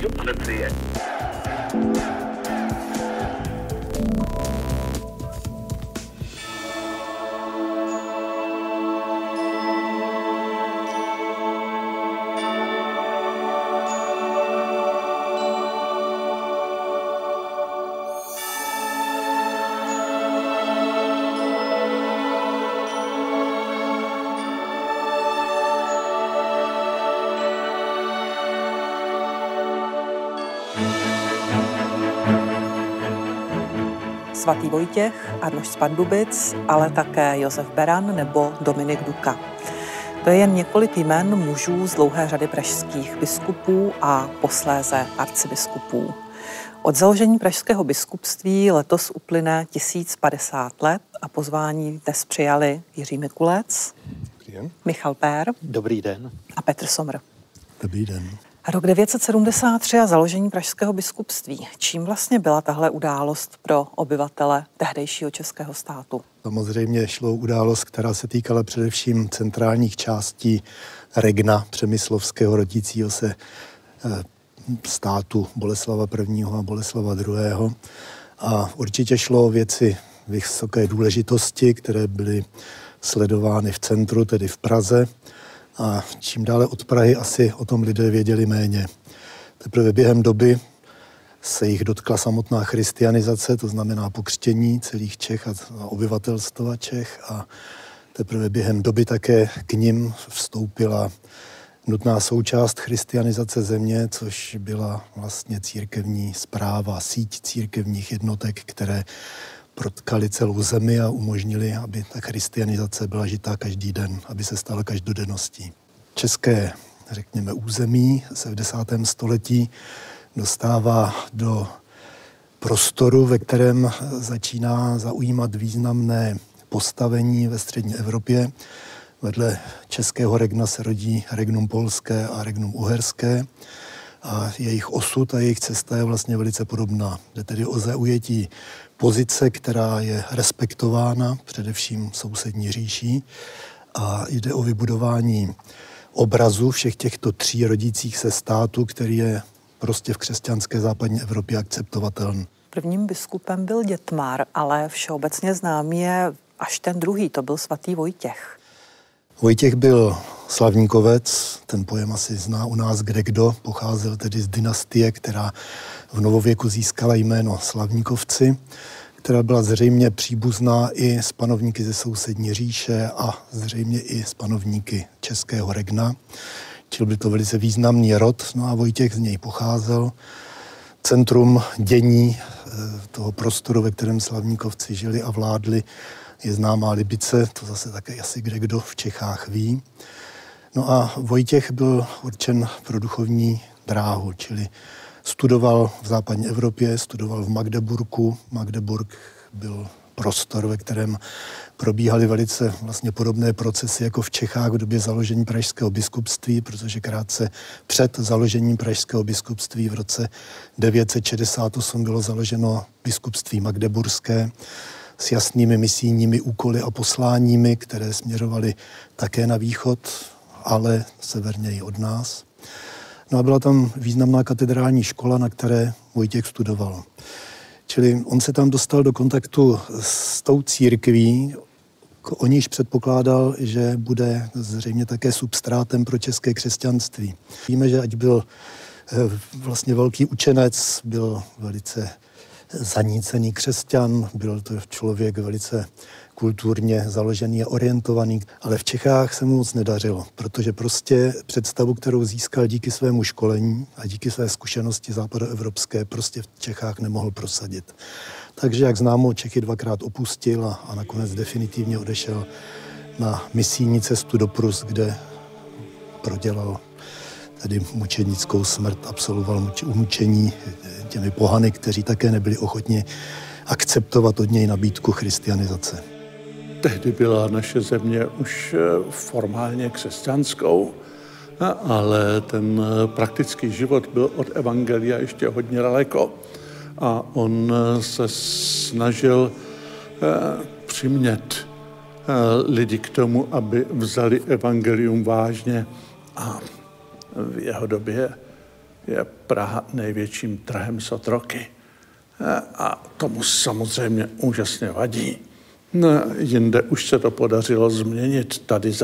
Francie. Svatý Vojtěch, Arnošt z Pardubic, ale také Josef Beran nebo Dominik Duka. To je jen několik jmen mužů z dlouhé řady pražských biskupů a posléze arcibiskupů. Od založení pražského biskupství letos uplyne 1050 let a pozvání dnes přijali Jiří Mikulec, Michal Pér. Dobrý den. A Petr Somr. Dobrý den. Rok 973 a založení pražského biskupství. Čím vlastně byla tahle událost pro obyvatele tehdejšího českého státu? Samozřejmě šlo o událost, která se týkala především centrálních částí regna přemyslovského rodícího se státu Boleslava I. a Boleslava II. A určitě šlo o věci vysoké důležitosti, které byly sledovány v centru, tedy v Praze. A čím dále od Prahy asi o tom lidé věděli méně. Teprve během doby se jich dotkla samotná christianizace, to znamená pokřtění celých Čech a obyvatelstva Čech. A teprve během doby také k nim vstoupila nutná součást christianizace země, což byla vlastně církevní správa, síť církevních jednotek, které protkali celou zemi a umožnili, aby ta christianizace byla žitá každý den, aby se stala každodenností. České, řekněme, území se v 10. století dostává do prostoru, ve kterém začíná zaujímat významné postavení ve střední Evropě. Vedle českého regna se rodí regnum polské a regnum uherské a jejich osud a jejich cesta je vlastně velice podobná. Jde tedy o zaujetí pozice, která je respektována především sousední říší a jde o vybudování obrazu všech těchto tří rodících se států, který je prostě v křesťanské západní Evropě akceptovatelný. Prvním biskupem byl Dětmar, ale všeobecně známý je až ten druhý, to byl svatý Vojtěch. Vojtěch byl slavníkovec, ten pojem asi zná u nás kdekdo, pocházel tedy z dynastie, která v novověku získala jméno Slavníkovci, která byla zřejmě příbuzná i s panovníky ze sousední říše a zřejmě i s panovníky českého regna. Čili byl to velice významný rod, no a Vojtěch z něj pocházel. Centrum dění toho prostoru, ve kterém Slavníkovci žili a vládli, je známá Libice, to zase také asi kdekdo v Čechách ví. No a Vojtěch byl určen pro duchovní dráhu, čili studoval v západní Evropě, studoval v Magdeburku. Magdeburg byl prostor, ve kterém probíhaly velice vlastně podobné procesy jako v Čechách v době založení pražského biskupství, protože krátce před založením pražského biskupství v roce 968 bylo založeno biskupství magdeburské s jasnými misijními úkoly a posláními, které směřovaly také na východ, ale severněji od nás. No a byla tam významná katedrální škola, na které Vojtěch studoval. Čili on se tam dostal do kontaktu s tou církví, o níž předpokládal, že bude zřejmě také substrátem pro české křesťanství. Víme, že ať byl vlastně velký učenec, byl velice zanícený křesťan, byl to člověk velice kulturně založený a orientovaný, ale v Čechách se mu moc nedařilo, protože prostě představu, kterou získal díky svému školení a díky své zkušenosti západoevropské, prostě v Čechách nemohl prosadit. Takže, jak známo, Čechy dvakrát opustil a nakonec definitivně odešel na misijní cestu do Prus, kde prodělal tedy mučednickou smrt, absolvoval umučení těmi pohany, kteří také nebyli ochotni akceptovat od něj nabídku christianizace. Tehdy byla naše země už formálně křesťanskou, ale ten praktický život byl od evangelia ještě hodně daleko. A on se snažil přimět lidi k tomu, aby vzali evangelium vážně. A v jeho době je Praha největším trhem s otroky. A tomu samozřejmě úžasně vadí. Jinde už se to podařilo změnit,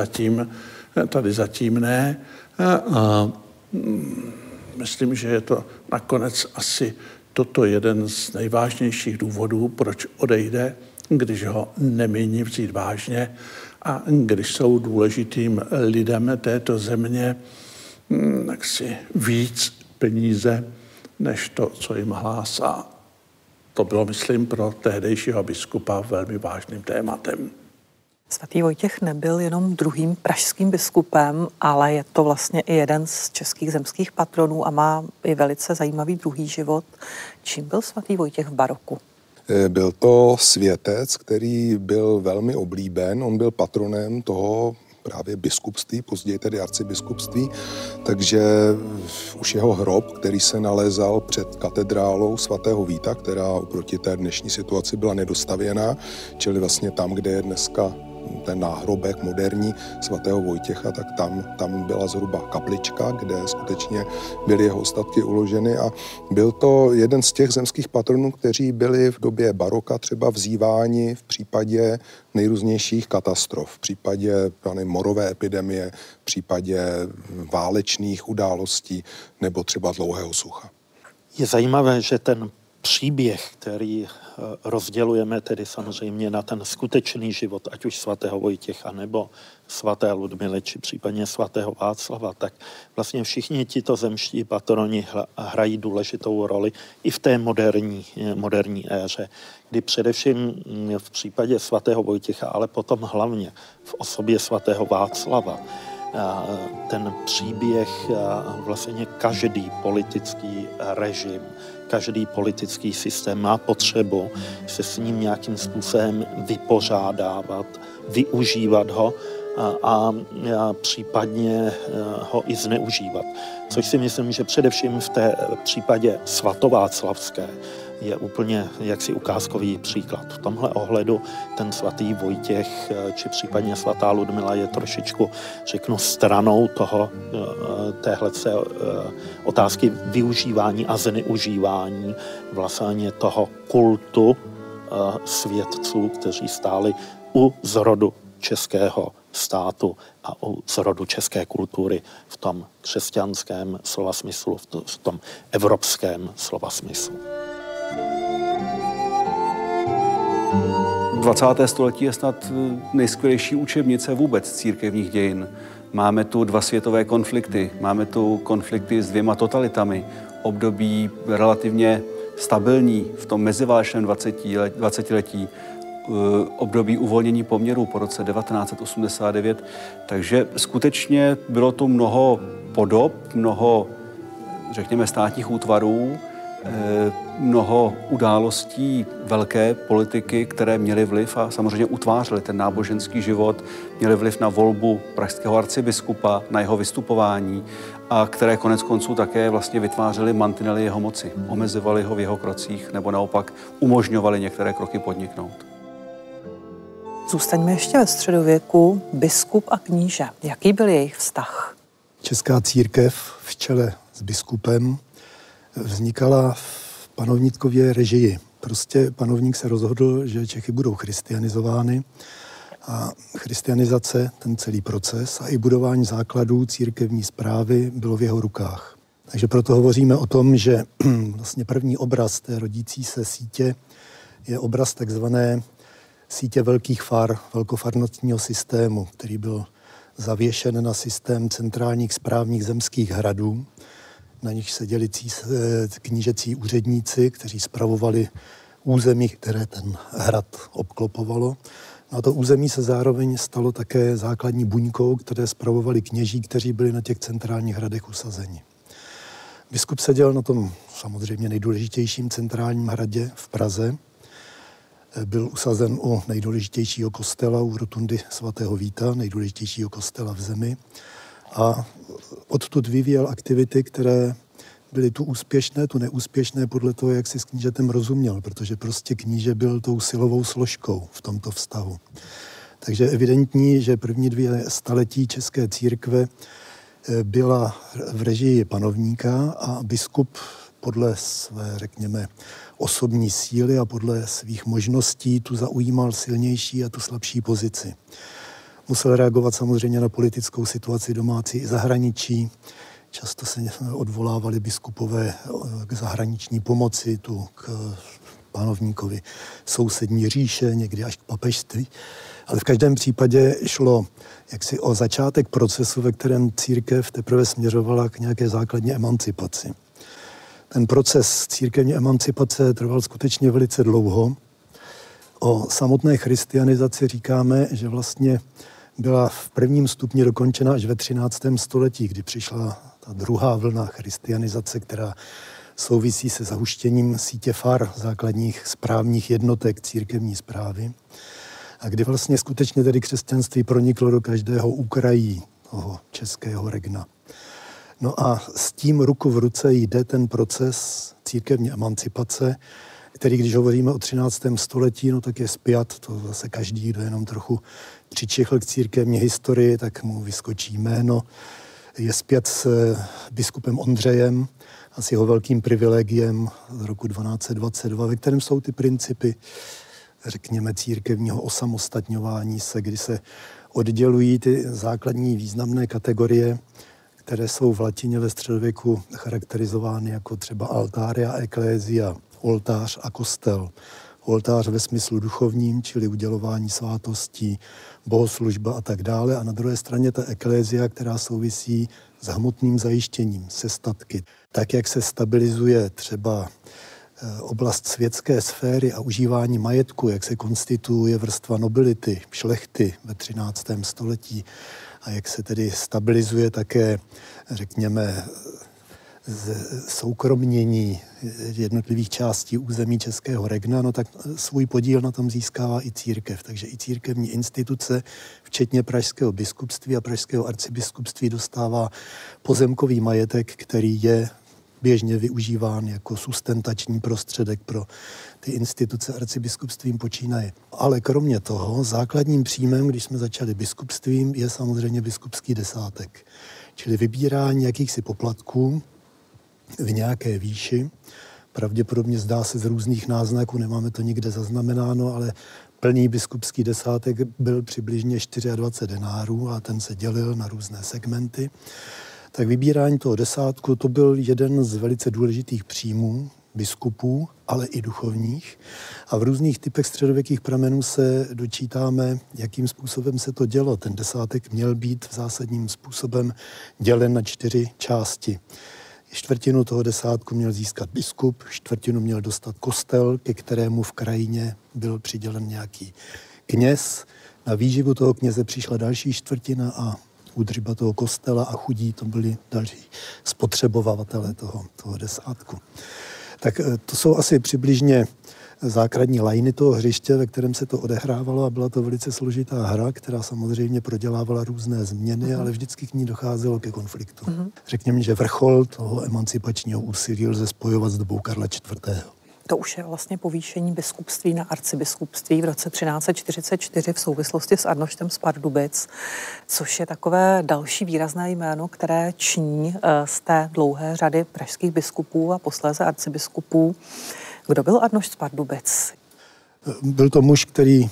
tady zatím ne. A myslím, že je to nakonec asi toto jeden z nejvážnějších důvodů, proč odejde, když ho nemíní vzít vážně a když jsou důležitým lidem této země tak si víc peníze, než to, co jim hlásá. To bylo, myslím, pro tehdejšího biskupa velmi vážným tématem. Svatý Vojtěch nebyl jenom druhým pražským biskupem, ale je to vlastně i jeden z českých zemských patronů a má i velice zajímavý druhý život. Čím byl svatý Vojtěch v baroku? Byl to světec, který byl velmi oblíben. On byl patronem toho právě biskupství, později tedy arcibiskupství, takže už jeho hrob, který se nalézal před katedrálou svatého Víta, která oproti té dnešní situaci byla nedostavěná, čili vlastně tam, kde je dneska ten náhrobek moderní svatého Vojtěcha, tak tam byla zhruba kaplička, kde skutečně byly jeho ostatky uloženy a byl to jeden z těch zemských patronů, kteří byli v době baroka třeba vzýváni v případě nejrůznějších katastrof, v případě morové epidemie, v případě válečných událostí nebo třeba dlouhého sucha. Je zajímavé, že ten příběh, který rozdělujeme tedy samozřejmě na ten skutečný život, ať už svatého Vojtěcha nebo svaté Ludmily, či případně svatého Václava, tak vlastně všichni tito zemští patroni hrají důležitou roli i v té moderní éře, kdy především v případě svatého Vojtěcha, ale potom hlavně v osobě svatého Václava, ten příběh vlastně každý politický režim, každý politický systém má potřebu se s ním nějakým způsobem vypořádávat, využívat ho a případně ho i zneužívat. Což si myslím, že především v té případě svatováclavské je úplně jaksi ukázkový příklad. V tomhle ohledu ten svatý Vojtěch či případně svatá Ludmila je trošičku, řeknu, stranou téhle otázky využívání a zneužívání vlastně toho kultu svědců, kteří stáli u zrodu českého státu a u zrodu české kultury v tom křesťanském slova smyslu, v tom evropském slova smyslu. 20. století je snad nejskvělejší učebnice vůbec církevních dějin. Máme tu 2 světové konflikty, máme tu konflikty s 2 totalitami, období relativně stabilní v tom meziválečném 20letí, období uvolnění poměrů po roce 1989. Takže skutečně bylo tu mnoho podob, mnoho, řekněme, státních útvarů, mnoho událostí velké politiky, které měly vliv a samozřejmě utvářely ten náboženský život, měly vliv na volbu pražského arcibiskupa, na jeho vystupování a které konec konců také vlastně vytvářely mantinely jeho moci, omezovaly ho v jeho krocích nebo naopak umožňovaly některé kroky podniknout. Zůstaňme ještě ve středověku. Biskup a kníže. Jaký byl jejich vztah? Česká církev v čele s biskupem vznikala v panovníkově režii. Prostě panovník se rozhodl, že Čechy budou christianizovány a christianizace, ten celý proces a i budování základů církevní správy bylo v jeho rukách. Takže proto hovoříme o tom, že vlastně první obraz té rodící se sítě je obraz takzvané sítě velkých far, velkofarnostního systému, který byl zavěšen na systém centrálních správních zemských hradů. Na nich seděli knížecí úředníci, kteří spravovali území, které ten hrad obklopovalo. A to území se zároveň stalo také základní buňkou, které spravovali kněží, kteří byli na těch centrálních hradech usazeni. Biskup seděl na tom samozřejmě nejdůležitějším centrálním hradě v Praze. Byl usazen u nejdůležitějšího kostela, u rotundy svatého Víta, nejdůležitějšího kostela v zemi. A odtud vyvíjel aktivity, které byly tu úspěšné, tu neúspěšné podle toho, jak si s knížetem rozuměl, protože prostě kníže byl tou silovou složkou v tomto vztahu. Takže evidentní, že první 2 staletí české církve byla v režii panovníka a biskup podle své, řekněme, osobní síly a podle svých možností tu zaujímal silnější a tu slabší pozici. Musel reagovat samozřejmě na politickou situaci domácí i zahraničí. Často se odvolávali biskupové k zahraniční pomoci, tu k panovníkovi sousední říše, někdy až k papežství. Ale v každém případě šlo jaksi o začátek procesu, ve kterém církev teprve směřovala k nějaké základní emancipaci. Ten proces církevní emancipace trval skutečně velice dlouho. O samotné christianizaci říkáme, že vlastně byla v prvním stupni dokončena až ve 13. století, kdy přišla ta druhá vlna christianizace, která souvisí se zahuštěním sítě far, základních správních jednotek církevní správy. A kdy vlastně skutečně tedy křesťanství proniklo do každého úkrají toho českého regna. No a s tím ruku v ruce jde ten proces církevní emancipace, který, když hovoříme o 13. století, no tak je spjat, to zase každý, kdo jenom trochu přičichl k církevní historii, tak mu vyskočí jméno. Je spjat s biskupem Ondřejem a s jeho velkým privilegiem z roku 1222, ve kterém jsou ty principy, řekněme, církevního osamostatňování se, kdy se oddělují ty základní významné kategorie, které jsou v latině ve středověku charakterizovány jako třeba altária ecclesia, oltář a kostel. Oltář ve smyslu duchovním, čili udělování svátostí, bohoslužba a tak dále. A na druhé straně ta ecclesia, která souvisí s hmotným zajištěním, se statky. Tak, jak se stabilizuje třeba oblast světské sféry a užívání majetku, jak se konstituuje vrstva nobility, šlechty ve 13. století a jak se tedy stabilizuje také, řekněme, soukromnění jednotlivých částí území českého regna, no tak svůj podíl na tom získává i církev. Takže i církevní instituce, včetně pražského biskupství a pražského arcibiskupství, dostává pozemkový majetek, který je běžně využíván jako sustentační prostředek pro ty instituce arcibiskupstvím počínaje. Ale kromě toho základním příjmem, když jsme začali biskupstvím, je samozřejmě biskupský desátek. Čili vybírání jakýchsi poplatků v nějaké výši. Pravděpodobně zdá se z různých náznaků, nemáme to nikde zaznamenáno, ale plný biskupský desátek byl přibližně 24 denárů a ten se dělil na různé segmenty. Tak vybírání toho desátku, to byl jeden z velice důležitých příjmů biskupů, ale i duchovních. A v různých typech středověkých pramenů se dočítáme, jakým způsobem se to dělo. Ten desátek měl být zásadním způsobem dělen na 4 části. Čtvrtinu toho desátku měl získat biskup, čtvrtinu měl dostat kostel, ke kterému v krajině byl přidělen nějaký kněz. Na výživu toho kněze přišla další čtvrtina a údržba toho kostela a chudí, to byli další spotřebovatelé toho desátku. Tak to jsou asi přibližně základní lajny toho hřiště, ve kterém se to odehrávalo a byla to velice složitá hra, která samozřejmě prodělávala různé změny, ale vždycky k ní docházelo ke konfliktu. Řekněme, že vrchol toho emancipačního úsilí lze spojovat s dobou Karla IV. To už je vlastně povýšení biskupství na arcibiskupství v roce 1344 v souvislosti s Arnoštem z Pardubic, což je takové další výrazné jméno, které ční z té dlouhé řady pražských biskupů a posléze arcibiskupů. Kdo byl Arnošt z Pardubic? Byl to muž, který,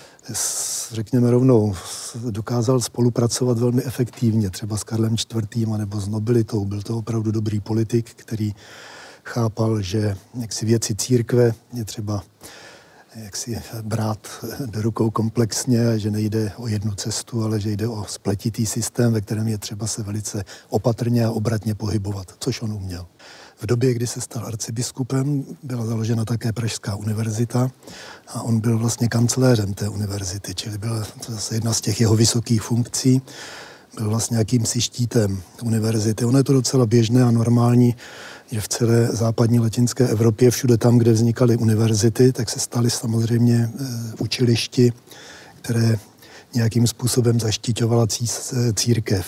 řekněme rovnou, dokázal spolupracovat velmi efektivně, třeba s Karlem IV. Nebo s nobilitou. Byl to opravdu dobrý politik, který chápal, že jaksi věci církve je třeba jaksi brát do rukou komplexně, že nejde o jednu cestu, ale že jde o spletitý systém, ve kterém je třeba se velice opatrně a obratně pohybovat, což on uměl. V době, kdy se stal arcibiskupem, byla založena také Pražská univerzita a on byl vlastně kancléřem té univerzity, čili byla to zase jedna z těch jeho vysokých funkcí, byl vlastně jakýmsi štítem univerzity. Ono je to docela běžné a normální, že v celé západní latinské Evropě, všude tam, kde vznikaly univerzity, tak se staly samozřejmě učilišti, které nějakým způsobem zaštiťovala církev.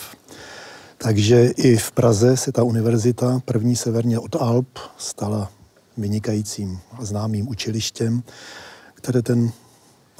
Takže i v Praze se ta univerzita, první severně od Alp, stala vynikajícím a známým učilištěm, které ten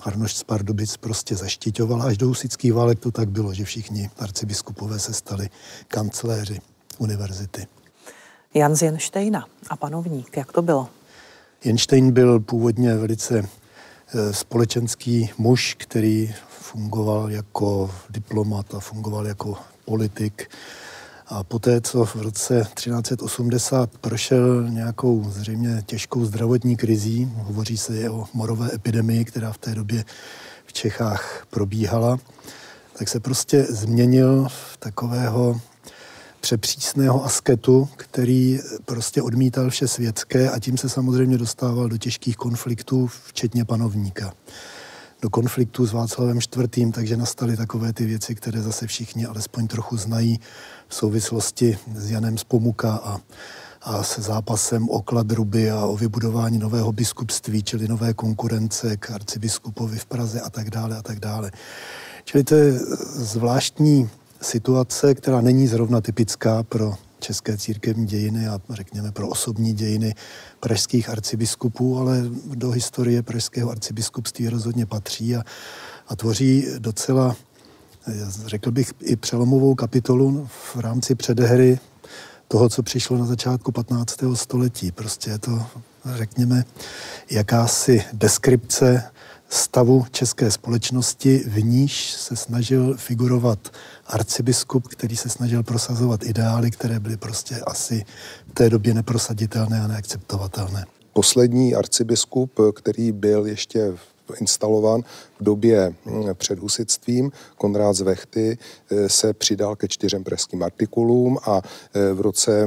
Arnošt z Pardubic prostě zaštiťoval. Až do husitských válek to tak bylo, že všichni arcibiskupové se stali kancléři univerzity. Jan z Jenštejna a panovník, jak to bylo? Jenštejn byl původně velice společenský muž, který fungoval jako diplomat a fungoval jako politik. A poté, co v roce 1380 prošel nějakou zřejmě těžkou zdravotní krizí, hovoří se o morové epidemii, která v té době v Čechách probíhala, tak se prostě změnil v takového přepřísného asketu, který prostě odmítal vše světské a tím se samozřejmě dostával do těžkých konfliktů, včetně panovníka. Do konfliktu s Václavem IV., takže nastaly takové ty věci, které zase všichni alespoň trochu znají v souvislosti s Janem z Pomuka a se zápasem o Kladruby a o vybudování nového biskupství, čili nové konkurence k arcibiskupovi v Praze a tak dále a tak dále. Čili to je zvláštní situace, která není zrovna typická pro české církevní dějiny a řekněme pro osobní dějiny pražských arcibiskupů, ale do historie pražského arcibiskupství rozhodně patří a tvoří docela, řekl bych, i přelomovou kapitolu v rámci předehry toho, co přišlo na začátku 15. století. Prostě je to, řekněme, jakási deskripce stavu české společnosti, v níž se snažil figurovat arcibiskup, který se snažil prosazovat ideály, které byly prostě asi v té době neprosaditelné a neakceptovatelné. Poslední arcibiskup, který byl ještě instalován v době před husitstvím, Konrád z Vechty, se přidal ke 4 pražským artikulům a v roce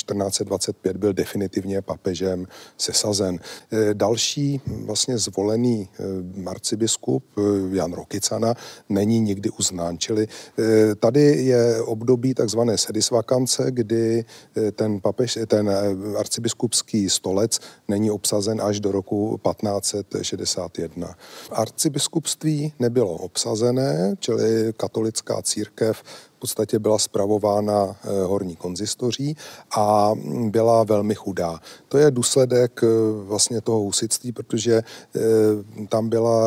1425 byl definitivně papežem sesazen. Další vlastně zvolený arcibiskup Jan Rokycana není nikdy uznán, čili tady je období takzvané sedisvakance, kdy ten arcibiskupský stolec není obsazen až do roku 1561. Arcibiskupství nebylo obsazené, čili katolická církev v podstatě byla spravována horní konzistoří a byla velmi chudá. To je důsledek vlastně toho husitství, protože tam byla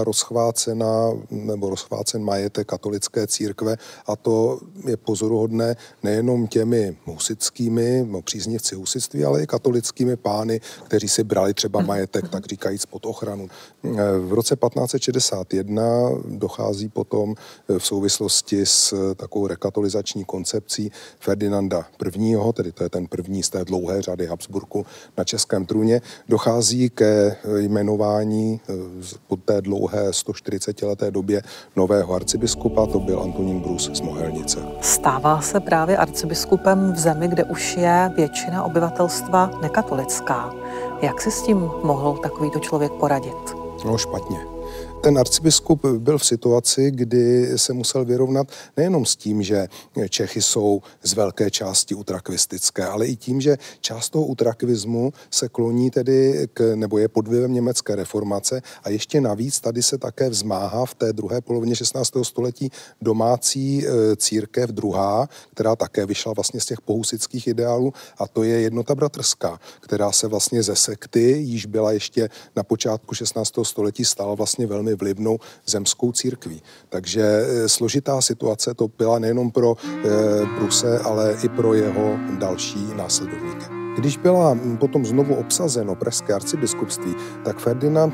rozchvácen majetek katolické církve a to je pozoruhodné nejenom těmi husitskými, příznivci husitství, ale i katolickými pány, kteří si brali třeba majetek, tak říkajíc, pod ochranu. V roce 1561 dochází potom v souvislosti s takovou rekatolizační koncepcí Ferdinanda I., tedy to je ten první z té dlouhé řady Habsburků na českém trůně, dochází ke jmenování po té dlouhé 140leté době nového arcibiskupa, to byl Antonín Brus z Mohelnice. Stává se právě arcibiskupem v zemi, kde už je většina obyvatelstva nekatolická. Jak si s tím mohl takovýto člověk poradit? No, špatně. Ten arcibiskup byl v situaci, kdy se musel vyrovnat nejenom s tím, že Čechy jsou z velké části utrakvistické, ale i tím, že část toho utrakvismu se kloní tedy nebo je pod vlivem německé reformace a ještě navíc tady se také vzmáhá v té druhé polovině 16. století domácí církev druhá, která také vyšla vlastně z těch pohusických ideálů, a to je Jednota bratrská, která se vlastně ze sekty, již byla ještě na počátku 16. století, stala vlastně velmi vlivnou zemskou církví. Takže složitá situace to byla nejenom pro Bruse, ale i pro jeho další následovníky. Když byla potom znovu obsazeno pražské arcibiskupství, tak Ferdinand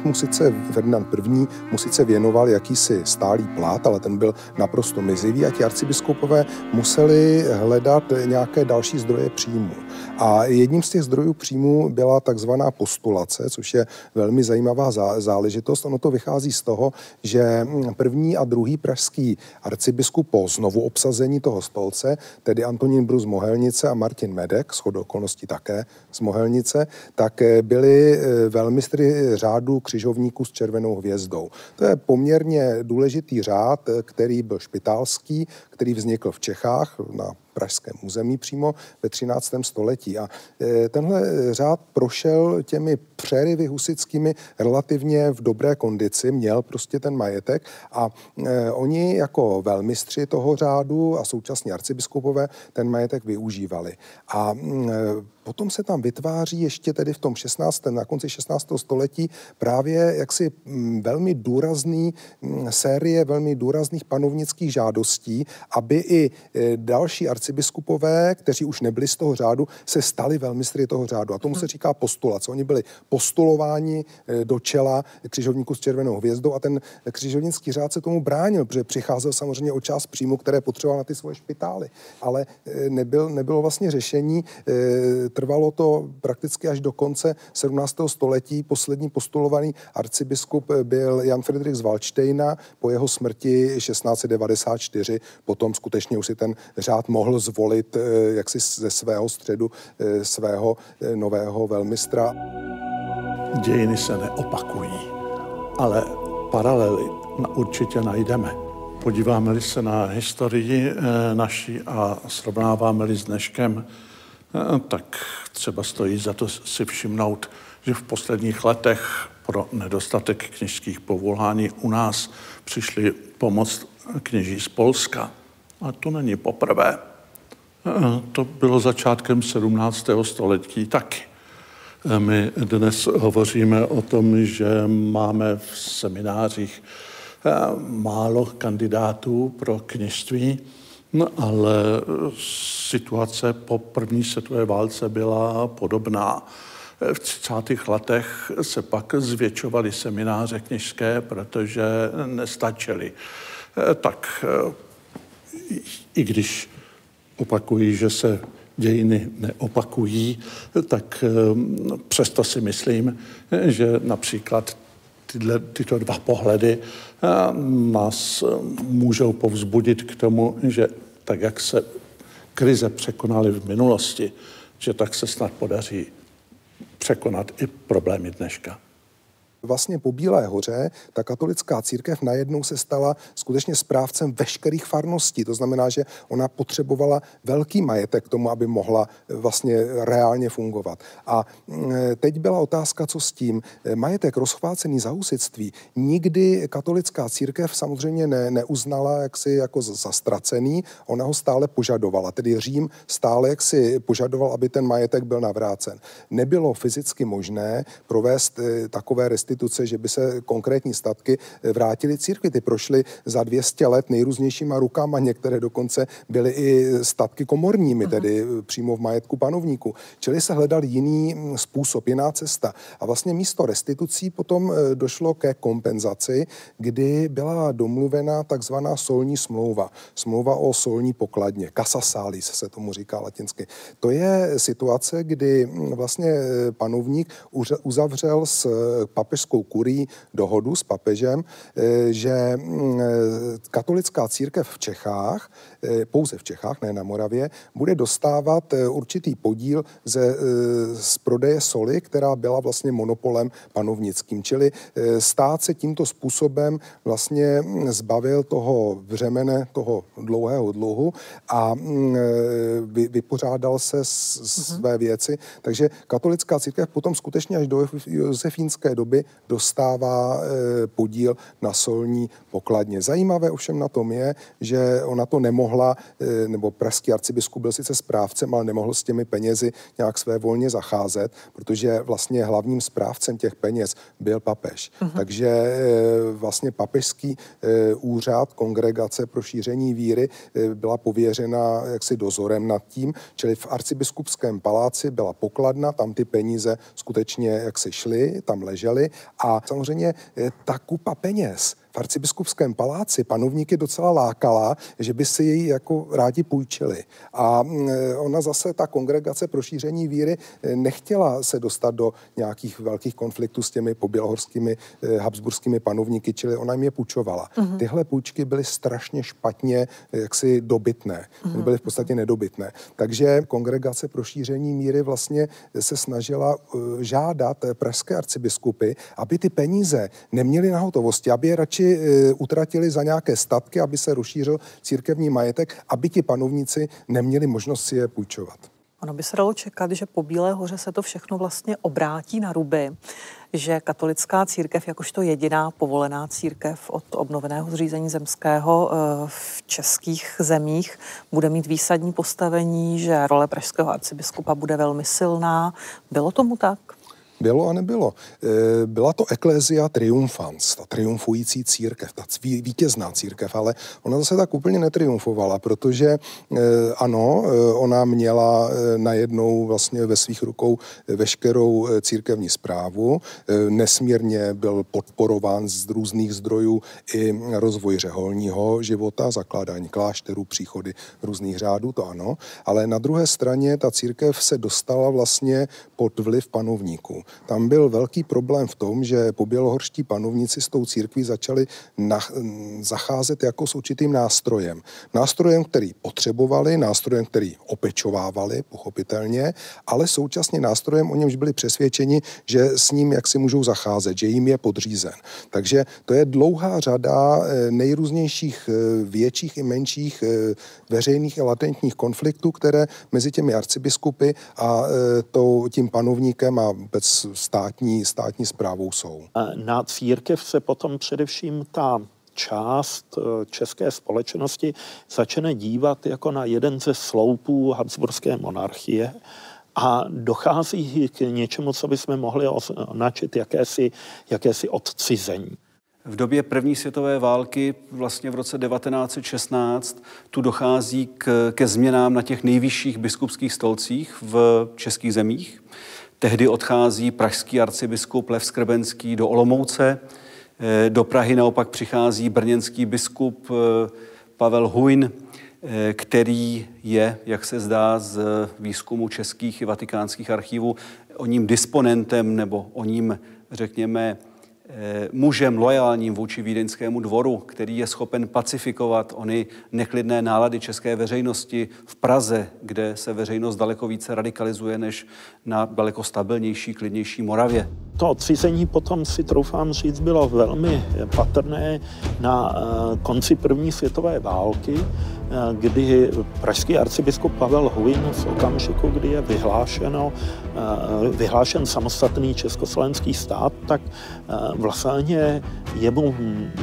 I. mu sice věnoval jakýsi stálý plat, ale ten byl naprosto mizivý a ti arcibiskupové museli hledat nějaké další zdroje příjmu. A jedním z těch zdrojů příjmu byla takzvaná postulace, což je velmi zajímavá záležitost. Ono to vychází z toho, že první a druhý pražský arcibiskup po znovu obsazení toho stolce, tedy Antonín Brus z Mohelnice a Martin Medek, shodou okolností také z Mohelnice, tak byli velmistry řádu křižovníků s červenou hvězdou. To je poměrně důležitý řád, který byl špitálský, který vznikl v Čechách na pražském území přímo ve 13. století. A tenhle řád prošel těmi přeryvy husitskými relativně v dobré kondici, měl prostě ten majetek a oni jako velmistři toho řádu a současně arcibiskupové ten majetek využívali. A Potom se tam vytváří ještě tedy v tom 16. na konci 16. století právě jaksi velmi důrazný série velmi důrazných panovnických žádostí, aby i další arcibiskupové, kteří už nebyli z toho řádu, se stali velmistry toho řádu. A tomu se říká postulace. Oni byli postulováni do čela křižovníků s červenou hvězdou a ten křižovnický řád se tomu bránil, protože přicházel samozřejmě o část příjmu, které potřeboval na ty svoje špitály. Ale nebylo vlastně řešení. Trvalo to prakticky až do konce 17. století. Poslední postulovaný arcibiskup byl Jan Friedrich z Valdštejna. Po jeho smrti 1694 potom skutečně už si ten řád mohl zvolit jaksi ze svého středu svého nového velmistra. Dějiny se neopakují, ale paralely určitě najdeme. Podíváme-li se na historii naší a srovnáváme-li s dneškem, tak třeba stojí za to si všimnout, že v posledních letech pro nedostatek kněžských povolání u nás přišli pomoct kněží z Polska. A to není poprvé. To bylo začátkem 17. století taky. My dnes hovoříme o tom, že máme v seminářích málo kandidátů pro kněžství, ale situace po první světové válce byla podobná. V 30. letech se pak zvětšovaly semináře kněžské, protože nestačily. Tak i když opakují, že se dějiny neopakují, tak přesto si myslím, že například tyto dva pohledy nás můžou povzbudit k tomu, že tak, jak se krize překonaly v minulosti, že tak se snad podaří překonat i problémy dneška. Vlastně po Bílé hoře ta katolická církev najednou se stala skutečně správcem veškerých farností. To znamená, že ona potřebovala velký majetek k tomu, aby mohla vlastně reálně fungovat. A teď byla otázka, co s tím. Majetek rozchvácený za husitství nikdy katolická církev samozřejmě neuznala jaksi jako zastracený. Ona ho stále požadovala. Tedy Řím stále jaksi požadoval, aby ten majetek byl navrácen. Nebylo fyzicky možné provést takové restituce, že by se konkrétní statky vrátily církvi. Ty prošly za 200 let nejrůznějšíma rukama, některé dokonce byly i statky komorními, tedy přímo v majetku panovníků. Čili se hledal jiný způsob, jiná cesta. A vlastně místo restitucí potom došlo ke kompenzaci, kdy byla domluvena takzvaná solní smlouva. Smlouva o solní pokladně. Cassa salis se tomu říká latinsky. To je situace, kdy vlastně panovník uzavřel s papežskou kurií dohodu s papežem, že katolická církev v Čechách, pouze v Čechách, ne na Moravě, bude dostávat určitý podíl z prodeje soli, která byla vlastně monopolem panovnickým. Čili stát se tímto způsobem vlastně zbavil toho břemene, toho dlouhého dluhu a vypořádal se své věci. Takže katolická církev potom skutečně až do josefínské doby dostává podíl na solní pokladně. Zajímavé ovšem na tom je, že ona to nemohla, nebo pražský arcibiskup byl sice správcem, ale nemohl s těmi penězi nějak svévolně zacházet, protože vlastně hlavním správcem těch peněz byl papež. Takže vlastně papežský úřad, kongregace pro šíření víry byla pověřena jaksi dozorem nad tím, čili v arcibiskupském paláci byla pokladna, tam ty peníze skutečně jaksi šly, tam ležely a samozřejmě ta kupa peněz v arcibiskupském paláci panovníky docela lákala, že by si jej jako rádi půjčili. A ona zase, ta kongregace pro šíření víry, nechtěla se dostat do nějakých velkých konfliktů s těmi pobělohorskými habsburskými panovníky, čili ona jim je půjčovala. Tyhle půjčky byly strašně špatně jaksi dobytné. Byly v podstatě nedobytné. Takže kongregace pro šíření víry vlastně se snažila žádat pražské arcibiskupy, aby ty peníze neměly na hotovosti, aby je radši utratili za nějaké statky, aby se rozšířil církevní majetek, aby ti panovníci neměli možnost si je půjčovat. Ono by se dalo čekat, že po Bílé hoře se to všechno vlastně obrátí na ruby, že katolická církev jakožto jediná povolená církev od obnoveného zřízení zemského v českých zemích bude mít výsadní postavení, že role pražského arcibiskupa bude velmi silná. Bylo tomu tak? Bylo a nebylo. Byla to Ecclesia Triumphans, ta triumfující církev, ta vítězná církev, ale ona zase tak úplně netriumfovala, protože ano, ona měla najednou vlastně ve svých rukou veškerou církevní správu, nesmírně byl podporován z různých zdrojů i rozvoj řeholního života, zakládání klášterů, příchody různých řádů, to ano, ale na druhé straně ta církev se dostala vlastně pod vliv panovníků. Tam byl velký problém v tom, že pobělohorští panovníci s tou církví začali zacházet jako s určitým nástrojem. Nástrojem, který potřebovali, nástrojem, který opečovávali, pochopitelně, ale současně nástrojem, o němž byli přesvědčeni, že s ním jak si můžou zacházet, že jim je podřízen. Takže to je dlouhá řada nejrůznějších větších i menších veřejných a latentních konfliktů, které mezi těmi arcibiskupy a tím panovníkem a vůbec státní správou jsou. Na církev se potom především ta část české společnosti začne dívat jako na jeden ze sloupů habsburské monarchie a dochází k něčemu, co bychom mohli označit jakési odcizení. V době první světové války, vlastně v roce 1916, tu dochází ke změnám na těch nejvyšších biskupských stolcích v českých zemích. Tehdy odchází pražský arcibiskup Lev Skrbenský do Olomouce, do Prahy naopak přichází brněnský biskup Pavel Hujn, který je, jak se zdá z výzkumu českých i vatikánských archivů, o ním disponentem nebo o ním, řekněme, mužem loajálním vůči vídeňskému dvoru, který je schopen pacifikovat ony neklidné nálady české veřejnosti v Praze, kde se veřejnost daleko více radikalizuje než na daleko stabilnější, klidnější Moravě. To odcizení potom, si troufám říct, bylo velmi patrné na konci první světové války, kdy pražský arcibiskup Pavel Hujn v okamžiku, kdy je vyhlášen samostatný československý stát, tak vlastně je mu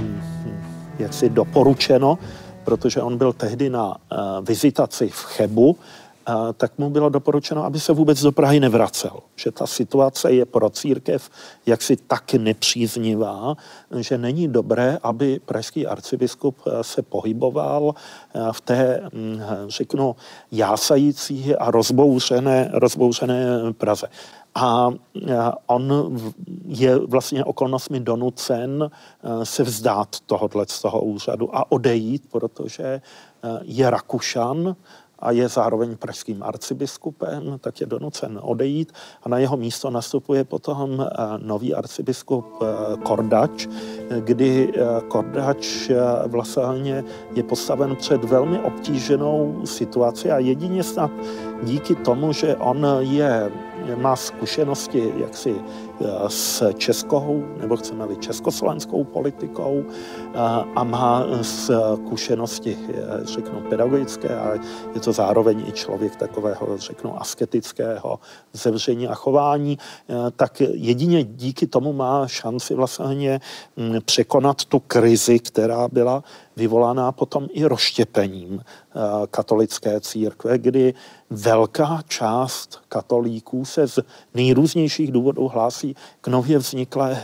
jaksi doporučeno, protože on byl tehdy na vizitaci v Chebu, tak mu bylo doporučeno, aby se vůbec do Prahy nevracel. Že ta situace je pro církev jaksi tak nepříznivá, že není dobré, aby pražský arcibiskup se pohyboval v té, řeknu, jásající a rozbouřené Praze. A on je vlastně okolnostmi donucen se vzdát z toho úřadu a odejít, protože je Rakušan a je zároveň pražským arcibiskupem, tak je donucen odejít a na jeho místo nastupuje potom nový arcibiskup Kordač, kdy Kordač vlastně je postaven před velmi obtíženou situaci a jedině snad díky tomu, že on má zkušenosti jaksi s českou, nebo chceme-li československou politikou a má zkušenosti, řeknu, pedagogické a je to zároveň i člověk takového, řeknu, asketického zavření a chování, tak jedině díky tomu má šanci vlastně překonat tu krizi, která byla vyvolaná potom i rozštěpením katolické církve, kdy velká část katolíků se z nejrůznějších důvodů hlásí k nově vzniklé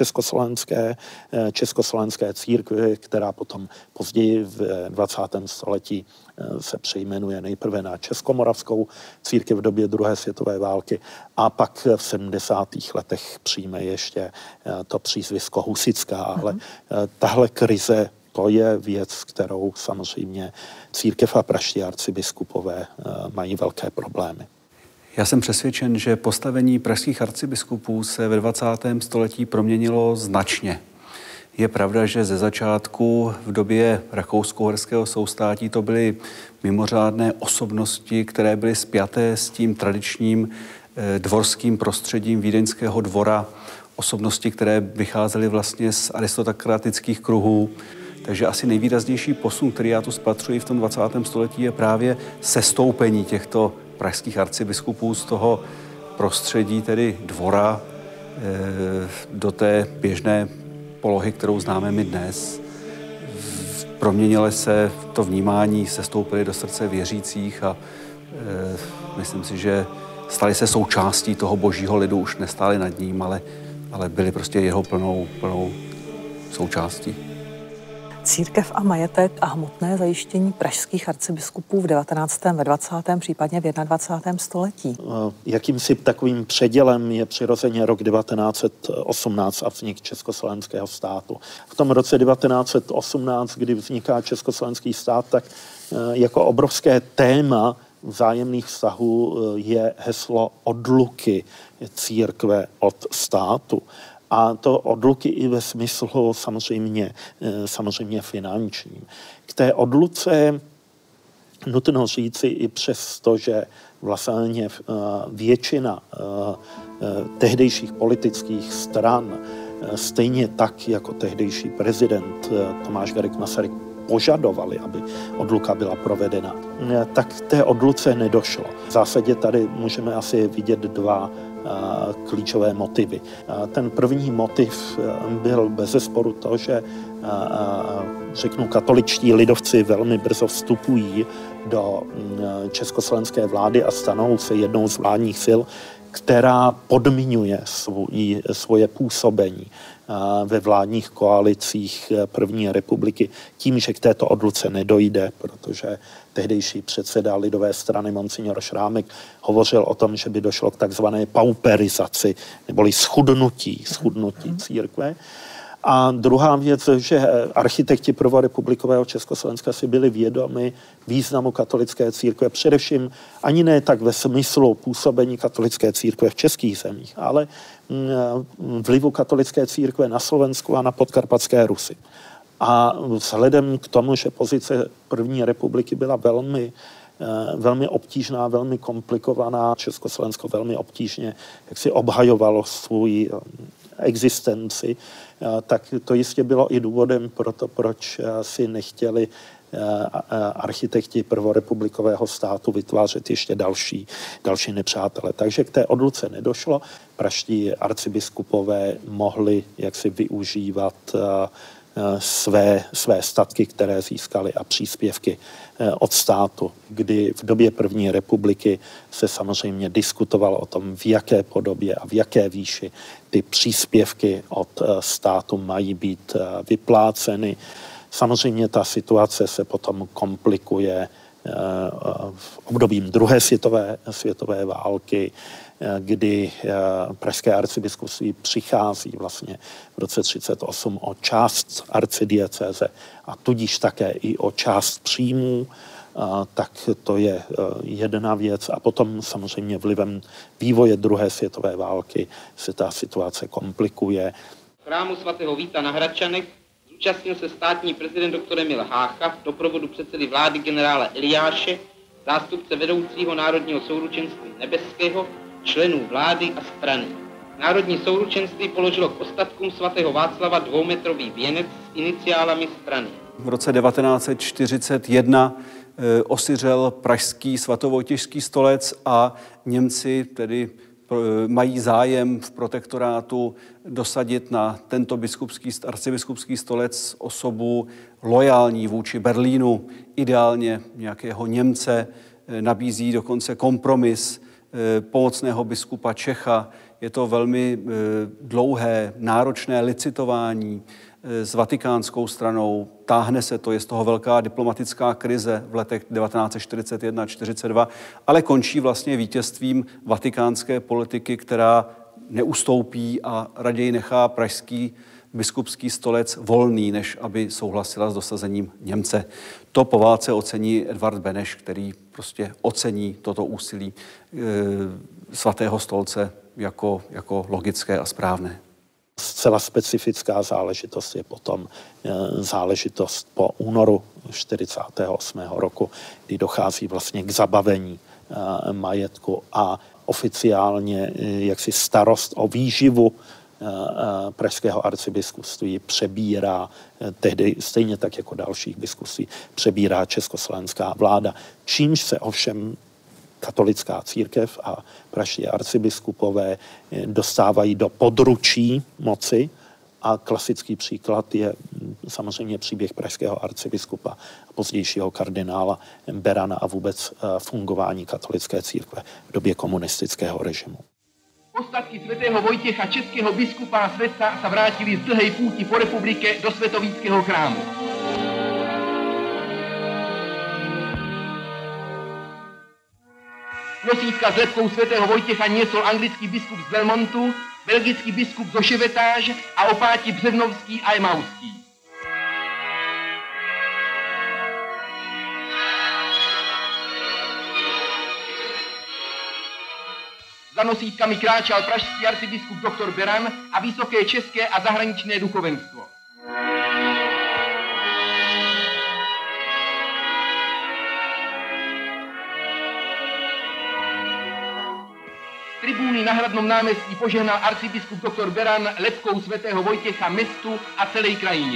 československé církvi, která potom později v 20. století se přejmenuje nejprve na Českomoravskou církev v době druhé světové války a pak v 70. letech přijme ještě to přízvisko husitská, ale tahle krize, to je věc, kterou samozřejmě církev a pražští arcibiskupové mají velké problémy. Já jsem přesvědčen, že postavení pražských arcibiskupů se ve 20. století proměnilo značně. Je pravda, že ze začátku v době rakousko-uherského soustátí to byly mimořádné osobnosti, které byly spjaté s tím tradičním dvorským prostředím vídeňského dvora, osobnosti, které vycházely vlastně z aristokratických kruhů. Takže asi nejvýraznější posun, který já tu spatřuji v tom 20. století, je právě sestoupení těchto pražských arcibiskupů z toho prostředí, tedy dvora, do té běžné polohy, kterou známe my dnes. Proměnilo se to vnímání, sestoupili do srdce věřících a myslím si, že stali se součástí toho božího lidu, už nestáli nad ním, ale byli prostě jeho plnou součástí. Církev a majetek a hmotné zajištění pražských arcibiskupů v 19., ve 20., případně v 21. století. Jakýmsi takovým předělem je přirozeně rok 1918 a vznik Československého státu. V tom roce 1918, kdy vzniká Československý stát, tak jako obrovské téma vzájemných vztahů je heslo odluky církve od státu. A to odluky i ve smyslu samozřejmě finančním. K té odluce nutno říci i přesto, že vlastně většina tehdejších politických stran, stejně tak jako tehdejší prezident Tomáš Garrigue Masaryk, požadovali, aby odluka byla provedena, tak k té odluce nedošlo. V zásadě tady můžeme asi vidět dva klíčové motivy. Ten první motiv byl bezesporu to, že řeknu, katoličtí lidovci velmi brzo vstupují do československé vlády a stanou se jednou z vládních sil, která podmiňuje svoje působení ve vládních koalicích první republiky tím, že k této odluce nedojde, protože tehdejší předseda lidové strany Monsignor Šrámek hovořil o tom, že by došlo k takzvané pauperizaci, neboli schudnutí církve. A druhá věc, že architekti prvorepublikového Československa si byli vědomi významu katolické církve, především ani ne tak ve smyslu působení katolické církve v českých zemích, ale vlivu katolické církve na Slovensku a na podkarpatské Rusy. A vzhledem k tomu, že pozice první republiky byla velmi obtížná, velmi komplikovaná, Československo velmi obtížně jak si obhajovalo svůj existenci, tak to jistě bylo i důvodem pro to, proč si nechtěli architekti prvorepublikového státu vytvářet ještě další nepřátele. Takže k té odluce nedošlo. Pražští arcibiskupové mohli jaksi využívat své statky, které získali, a příspěvky od státu, kdy v době první republiky se samozřejmě diskutovalo o tom, v jaké podobě a v jaké výši ty příspěvky od státu mají být vypláceny. Samozřejmě ta situace se potom komplikuje v obdobím druhé světové války, kdy pražské arcibiskupství přichází vlastně v roce 1938 o část arcidiecéze a tudíž také i o část příjmů, tak to je jedna věc. A potom samozřejmě vlivem vývoje druhé světové války se ta situace komplikuje. V chrámu svatého Víta na Hradčanech zúčastnil se státní prezident doktor Emil Hácha v doprovodu předsedy vlády generála Eliáše, zástupce vedoucího Národního souručenství nebeského, členů vlády a strany. Národní souručenství položilo k ostatkům svatého Václava 2metrový věnec s iniciálami strany. V roce 1941 osiřel pražský svatovojtěžský stolec a Němci tedy mají zájem v protektorátu dosadit na tento arcibiskupský stolec osobu lojální vůči Berlínu, ideálně nějakého Němce, nabízí dokonce kompromis pomocného biskupa Čecha. Je to velmi dlouhé, náročné licitování s vatikánskou stranou. Táhne se to, je z toho velká diplomatická krize v letech 1941-42, ale končí vlastně vítězstvím vatikánské politiky, která neustoupí a raději nechá pražský biskupský stolec volný, než aby souhlasila s dosazením Němce. To po válce ocení Edvard Beneš, který prostě ocení toto úsilí svatého stolce jako logické a správné. Zcela specifická záležitost je potom záležitost po únoru 1948 roku, kdy dochází vlastně k zabavení majetku a oficiálně jaksi starost o výživu pražského arcibiskupství přebírá, tehdy stejně tak jako dalších biskupství, přebírá československá vláda. Čímž se ovšem katolická církev a pražští arcibiskupové dostávají do područí moci. A klasický příklad je samozřejmě příběh pražského arcibiskupa a pozdějšího kardinála Berana a vůbec fungování katolické církve v době komunistického režimu. Ostatky svätého Vojtěcha, českého biskupa a svetca, sa vrátili z dlhej púti po republike do Svetovíckého chrámu. Nosítka s lebkou svätého Vojtěcha niesol anglický biskup z Belmontu, belgický biskup zo Ševetáž a opáti Břevnovský a Emauský. Za nosítkami kráčal pražský arcibiskup dr. Beran a vysoké české a zahraničné duchovenstvo. Tribúny na Hradnom námestí požehnal arcibiskup dr. Beran lebkou svätého Vojtěcha mestu a celé krajině.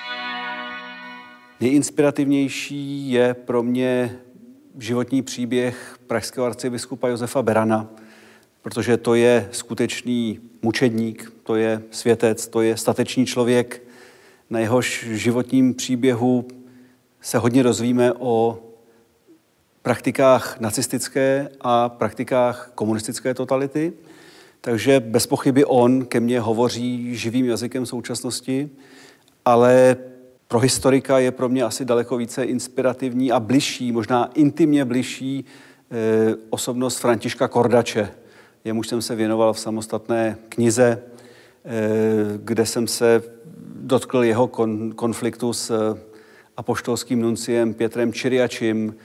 Nejinspirativnější je pro mě životní příběh pražského arcibiskupa Josefa Berana, protože to je skutečný mučedník, to je světec, to je statečný člověk. Na jehož životním příběhu se hodně dozvíme o praktikách nacistické a praktikách komunistické totality. Takže bez pochyby on ke mně hovoří živým jazykem současnosti, ale pro historika je pro mě asi daleko více inspirativní a bližší, možná intimně bližší osobnost Františka Kordače. Jemuž jsem se věnoval v samostatné knize, kde jsem se dotkl jeho konfliktu s apoštolským nunciem Pětrem Čiriačím.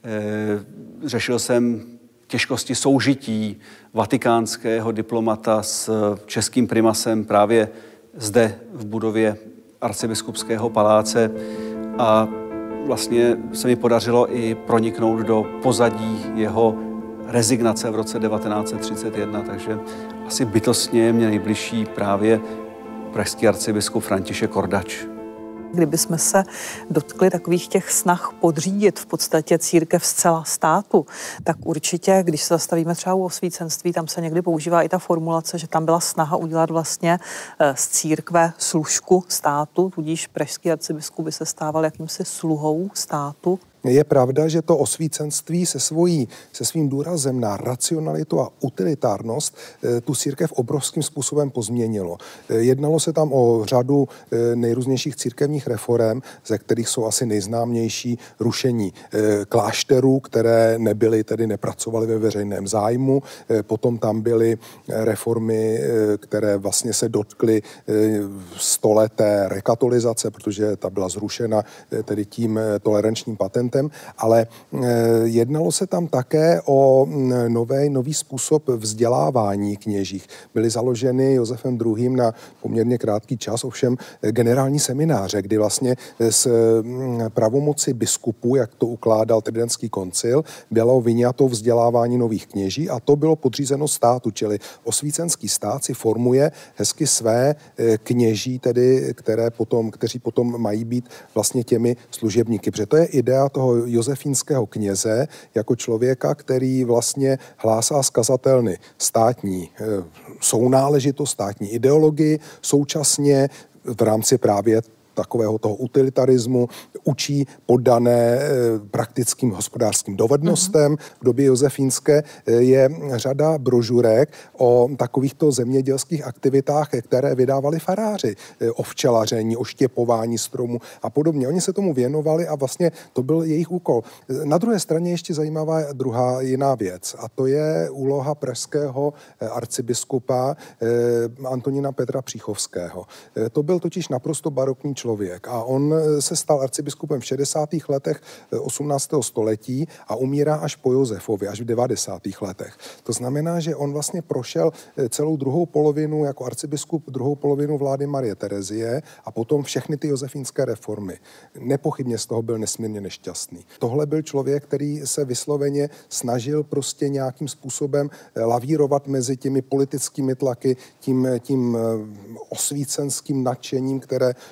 Řešil jsem těžkosti soužití vatikánského diplomata s českým primasem právě zde v budově arcibiskupského paláce a vlastně se mi podařilo i proniknout do pozadí jeho rezignace v roce 1931, takže asi bytostně je mě nejbližší právě pražský arcibiskup František Kordač. Kdybychom se dotkli takových těch snah podřídit v podstatě církev zcela státu, tak určitě, když se zastavíme třeba u osvícenství, tam se někdy používá i ta formulace, že tam byla snaha udělat vlastně z církve služku státu, tudíž pražský arcibiskup by se stával jakýmsi sluhou státu. Je pravda, že to osvícenství se svým důrazem na racionalitu a utilitárnost tu církev obrovským způsobem pozměnilo. Jednalo se tam o řadu nejrůznějších církevních reforem, ze kterých jsou asi nejznámější rušení klášterů, které nepracovaly ve veřejném zájmu. Potom tam byly reformy, které vlastně se dotkly stoleté rekatolizace, protože ta byla zrušena tedy tím tolerančním patentem. Ale jednalo se tam také o nový způsob vzdělávání kněžích. Byly založeny Josefem II. Na poměrně krátký čas, ovšem generální semináře, kdy vlastně z pravomoci biskupů, jak to ukládal Tridentský koncil, bylo vyňato vzdělávání nových kněží a to bylo podřízeno státu, čili osvícenský stát si formuje hezky své kněží, tedy, kteří potom mají být vlastně těmi služebníky. Protože to je idea toho josefínského kněze jako člověka, který vlastně hlásá zkazatelny státní sounáležitost, státní ideologii, současně v rámci právě takového toho utilitarismu, učí poddané praktickým hospodářským dovednostem. V době josefínské je řada brožurek o takovýchto zemědělských aktivitách, které vydávali faráři. O včelaření, o štěpování stromů a podobně. Oni se tomu věnovali a vlastně to byl jejich úkol. Na druhé straně ještě zajímavá druhá jiná věc a to je úloha pražského arcibiskupa Antonína Petra Příchovského. To byl totiž naprosto barokní člověk a on se stal arcibiskupem v 60. letech 18. století a umírá až po Josefovi, až v 90. letech. To znamená, že on vlastně prošel celou druhou polovinu jako arcibiskup, druhou polovinu vlády Marie Terezie a potom všechny ty josefínské reformy. Nepochybně z toho byl nesmírně nešťastný. Tohle byl člověk, který se vysloveně snažil prostě nějakým způsobem lavírovat mezi těmi politickými tlaky, tím osvícenským nadšením, které jaksi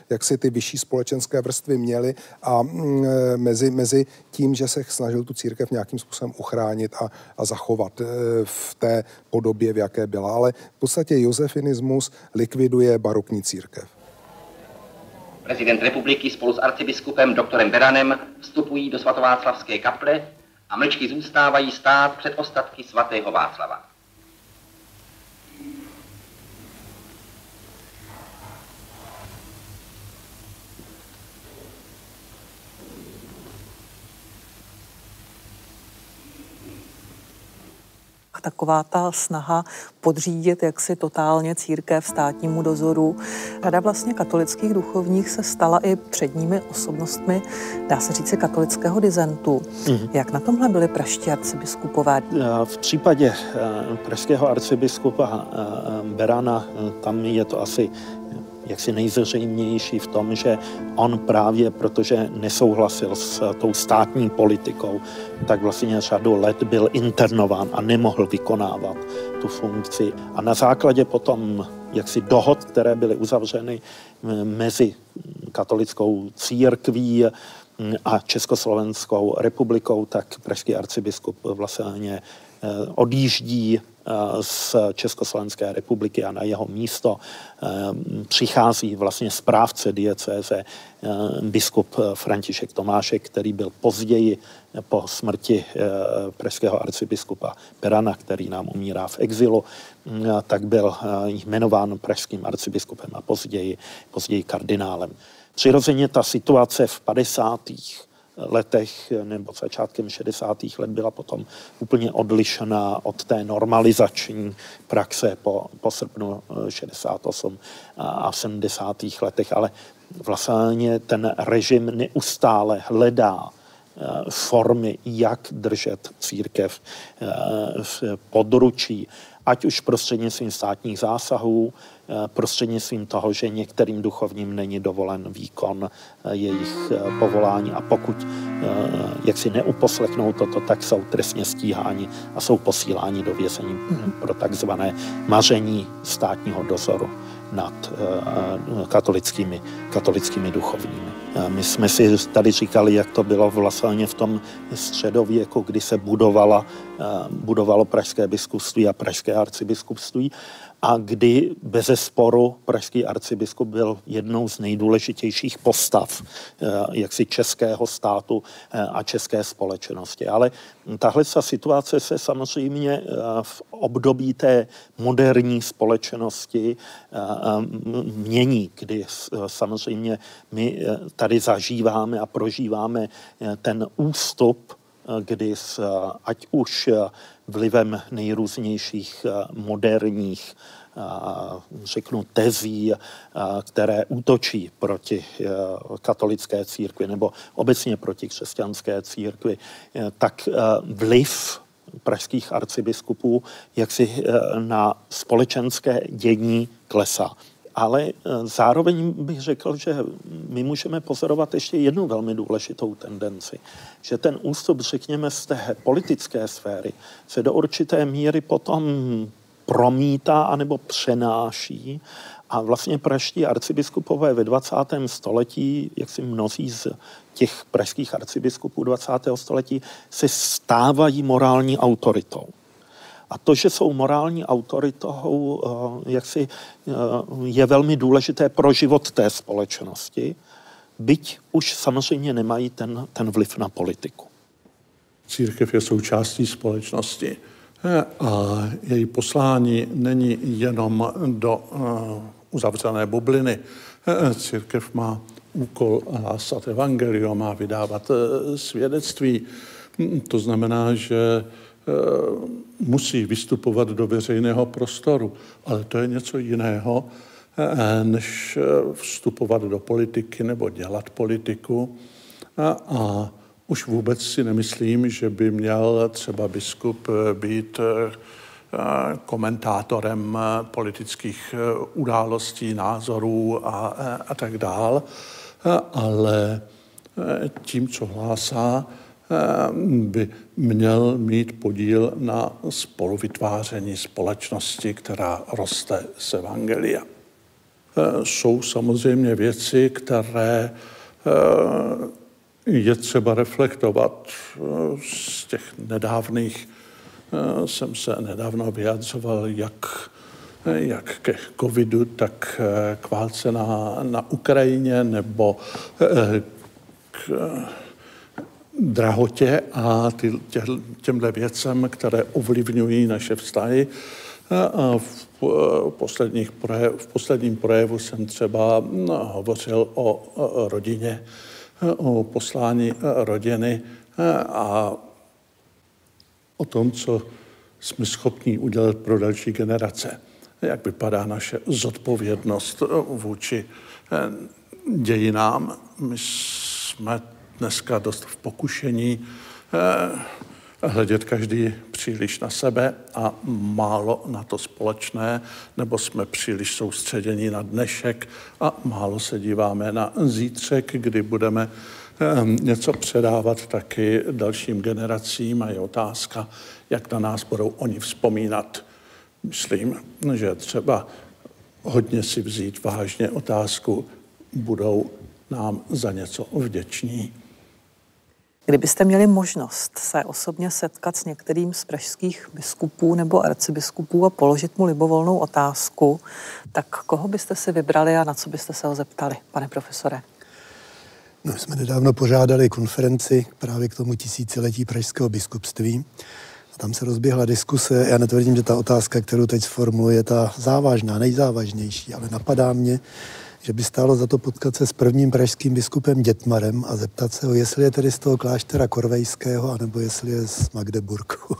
ty vyšší společenské vrstvy měly a mezi tím, že se snažil tu církev nějakým způsobem uchránit a zachovat v té podobě, v jaké byla. Ale v podstatě josefinismus likviduje barokní církev. Prezident republiky spolu s arcibiskupem doktorem Beranem vstupují do svatováclavské kaple a mlčky zůstávají stát před ostatky svatého Václava. Taková ta snaha podřídit jaksi totálně církev státnímu dozoru. Řada vlastně katolických duchovních se stala i předními osobnostmi, dá se říci, katolického disentu. Jak na tomhle byli pražští arcibiskupové? V případě pražského arcibiskupa Berana tam je to asi jaksi nejzřejmější v tom, že on právě, protože nesouhlasil s tou státní politikou, tak vlastně řadu let byl internován a nemohl vykonávat tu funkci. A na základě potom jaksi dohod, které byly uzavřeny mezi katolickou církví a Československou republikou, tak pražský arcibiskup vlastně odjíždí z Československé republiky a na jeho místo přichází vlastně správce diecéze biskup František Tomášek, který byl později po smrti pražského arcibiskupa Berana, který nám umírá v exilu, tak byl jmenován pražským arcibiskupem a později kardinálem. Přirozeně ta situace v 50. letech nebo začátkem 60. let byla potom úplně odlišná od té normalizační praxe po srpnu 68 a 70. letech, ale vlastně ten režim neustále hledá formy, jak držet církev v područí, ať už prostřednictvím státních zásahů, prostřednictvím toho, že některým duchovním není dovolen výkon jejich povolání a pokud jak si neuposlechnou toto, tak jsou trestně stíháni a jsou posíláni do vězení pro takzvané maření státního dozoru nad katolickými duchovními. My jsme si tady říkali, jak to bylo vlastně v tom středověku, kdy se budovalo pražské biskupství a pražské arcibiskupství a kdy bezesporu pražský arcibiskup byl jednou z nejdůležitějších postav jaksi českého státu a české společnosti. Ale tahle situace se samozřejmě v období té moderní společnosti mění, kdy samozřejmě my tady zažíváme a prožíváme ten ústup, kdy ať už vlivem nejrůznějších moderních, řeknu, tezí, které útočí proti katolické církvi nebo obecně proti křesťanské církvi, tak vliv pražských arcibiskupů jaksi na společenské dění klesá. Ale zároveň bych řekl, že my můžeme pozorovat ještě jednu velmi důležitou tendenci, že ten ústup, řekněme, z té politické sféry se do určité míry potom promítá anebo přenáší a vlastně pražští arcibiskupové ve 20. století, jak si mnozí z těch pražských arcibiskupů 20. století, se stávají morální autoritou. A to, že jsou morální autoritou, jaksi je velmi důležité pro život té společnosti, byť už samozřejmě nemají ten vliv na politiku. Církev je součástí společnosti a její poslání není jenom do uzavřené bubliny. Církev má úkol hlásat evangelium, má vydávat svědectví. To znamená, že musí vystupovat do veřejného prostoru, ale to je něco jiného, než vstupovat do politiky nebo dělat politiku. A už vůbec si nemyslím, že by měl třeba biskup být komentátorem politických událostí, názorů a tak dál, ale tím, co hlásá, by měl mít podíl na spoluvytváření společnosti, která roste z evangelia. Jsou samozřejmě věci, které je třeba reflektovat. Z těch nedávných jsem se nedávno vyjadřoval jak ke covidu, tak k válce na Ukrajině nebo k drahotě a těmhle věcem, které ovlivňují naše vztahy. A v posledním projevu jsem třeba hovořil o rodině, o poslání rodiny a o tom, co jsme schopni udělat pro další generace. Jak vypadá naše zodpovědnost vůči dějinám. My jsme dneska dost v pokušení hledět každý příliš na sebe a málo na to společné, nebo jsme příliš soustředěni na dnešek a málo se díváme na zítřek, kdy budeme něco předávat taky dalším generacím a je otázka, jak na nás budou oni vzpomínat. Myslím, že třeba hodně si vzít vážně otázku, budou nám za něco vděční. Kdybyste měli možnost se osobně setkat s některým z pražských biskupů nebo arcibiskupů a položit mu libovolnou otázku, tak koho byste si vybrali a na co byste se ho zeptali, pane profesore? No, my jsme nedávno pořádali konferenci právě k tomu tisíciletí pražského biskupství. A tam se rozběhla diskuse. Já netvrdím, že ta otázka, kterou teď sformuluje, je ta závažná, nejzávažnější, ale napadá mě, že by stálo za to potkat se s prvním pražským biskupem Dětmarem a zeptat se ho, jestli je tedy z toho kláštera Korvejského, anebo jestli je z Magdeburku.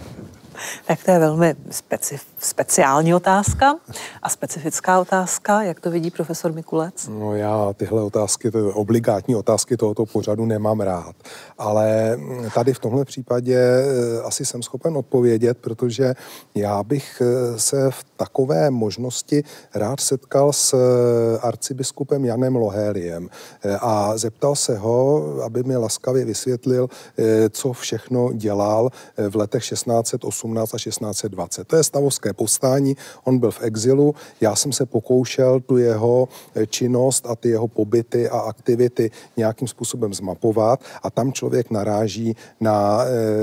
Tak to je velmi speciální otázka a specifická otázka. Jak to vidí profesor Mikulec? No já tyhle otázky, obligátní otázky tohoto pořadu nemám rád. Ale tady v tomhle případě asi jsem schopen odpovědět, protože já bych se v takové možnosti rád setkal s arcibiskupem Janem Lohéliem a zeptal se ho, aby mi laskavě vysvětlil, co všechno dělal v letech 1618 a 1620. To je stavovské povstání, on byl v exilu, já jsem se pokoušel tu jeho činnost a ty jeho pobyty a aktivity nějakým způsobem zmapovat a tam člověk naráží na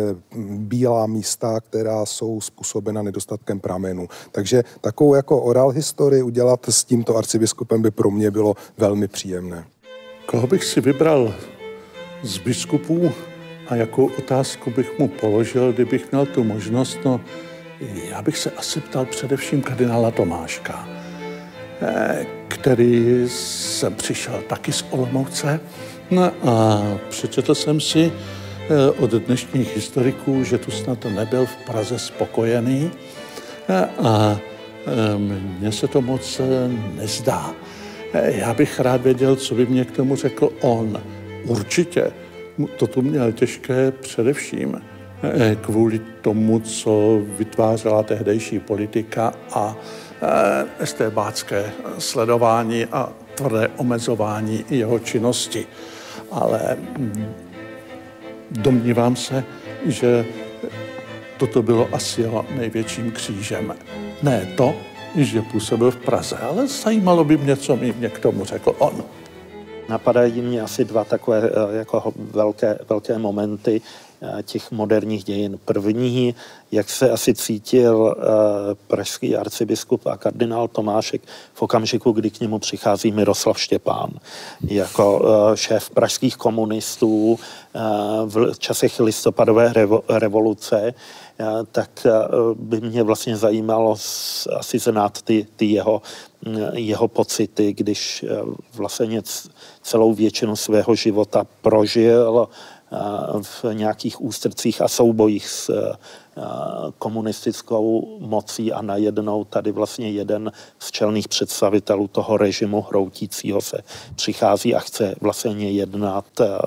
bílá místa, která jsou způsobena nedostatkem pramenů. Takže takovou jako oral historii udělat s tímto arcibiskupem by pro mě bylo velmi příjemné. Koho bych si vybral z biskupů a jakou otázku bych mu položil, kdybych měl tu možnost? No, já bych se asi ptal především kardinála Tomáška, který jsem přišel taky z Olomouce. No a přečetl jsem si od dnešních historiků, že tu snad nebyl v Praze spokojený a mně se to moc nezdá. Já bych rád věděl, co by mě k tomu řekl on. Určitě to tu měl těžké především kvůli tomu, co vytvářela tehdejší politika a estébácké sledování a tvrdé omezování jeho činnosti. Ale domnívám se, že toto bylo asi jeho největším křížem. Ne to, že působil v Praze, ale zajímalo by mě, co mě k tomu řekl on. Napadají mě asi dva takové jako velké momenty těch moderních dějin. První, jak se asi cítil pražský arcibiskup a kardinál Tomášek v okamžiku, kdy k němu přichází Miroslav Štěpán jako šéf pražských komunistů v časech listopadové revoluce, tak by mě vlastně zajímalo asi znát ty jeho pocity, když vlastně celou většinu svého života prožil v nějakých ústrcích a soubojích s komunistickou mocí a najednou tady vlastně jeden z čelných představitelů toho režimu hroutícího se přichází a chce vlastně jednat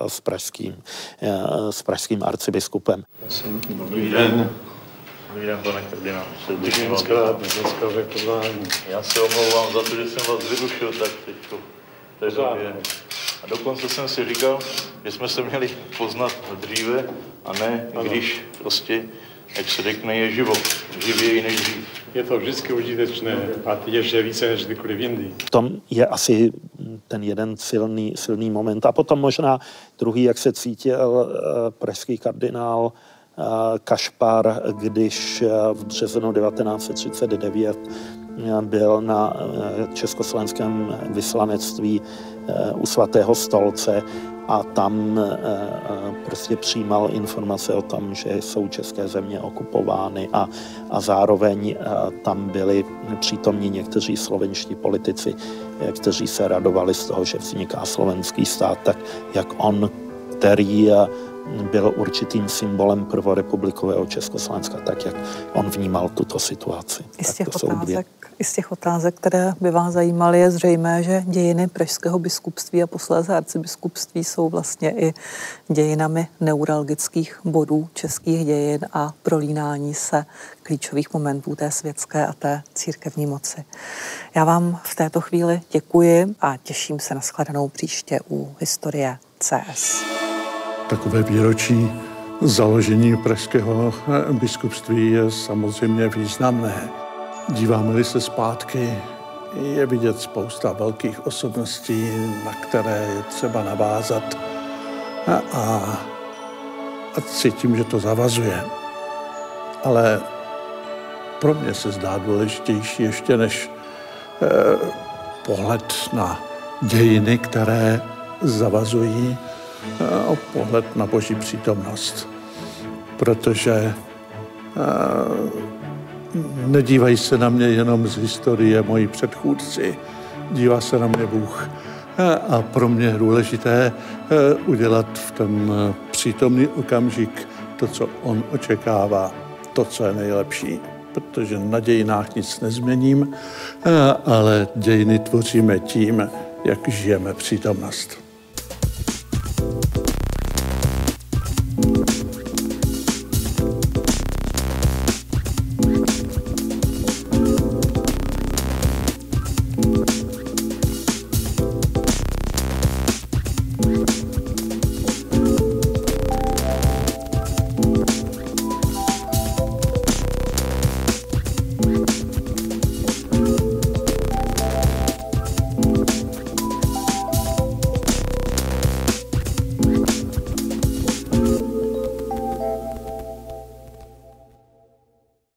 s pražským arcibiskupem. Dobrý den. Dobrý den, pane kardinál. Já se omlouvám za to, že jsem vás vyrušil tak teďko v té době. A dokonce jsem si říkal, že jsme se měli poznat dříve a ne, když prostě jak se řekne, je život, živěji než dřív. Je to vždycky užitečné a ještě více než kdykoliv jindy. V tom je asi ten jeden silný moment. A potom možná druhý, jak se cítil pražský kardinál Kašpar, když v březnu 1939 byl na československém vyslanectví u Svatého stolce a tam prostě přijímal informace o tom, že jsou české země okupovány a zároveň tam byli přítomní někteří slovenští politici, kteří se radovali z toho, že vzniká slovenský stát, tak jak on, který byl určitým symbolem prvorepublikového Československa, tak jak on vnímal tuto situaci. I z těch otázek, které by vás zajímaly, je zřejmé, že dějiny pražského biskupství a posléze arcibiskupství jsou vlastně i dějinami neuralgických bodů českých dějin a prolínání se klíčových momentů té světské a té církevní moci. Já vám v této chvíli děkuji a těším se na shledanou příště u Historie CS. Takové výročí založení pražského biskupství je samozřejmě významné. Díváme-li se zpátky, je vidět spousta velkých osobností, na které je třeba navázat a cítím, že to zavazuje. Ale pro mě se zdá důležitější ještě než pohled na dějiny, které zavazují, pohled na Boží přítomnost. Protože nedívají se na mě jenom z historie moji předchůdci, dívá se na mě Bůh. A pro mě je důležité udělat v ten přítomný okamžik to, co on očekává, to, co je nejlepší. Protože na dějinách nic nezměním, ale dějiny tvoříme tím, jak žijeme přítomnost.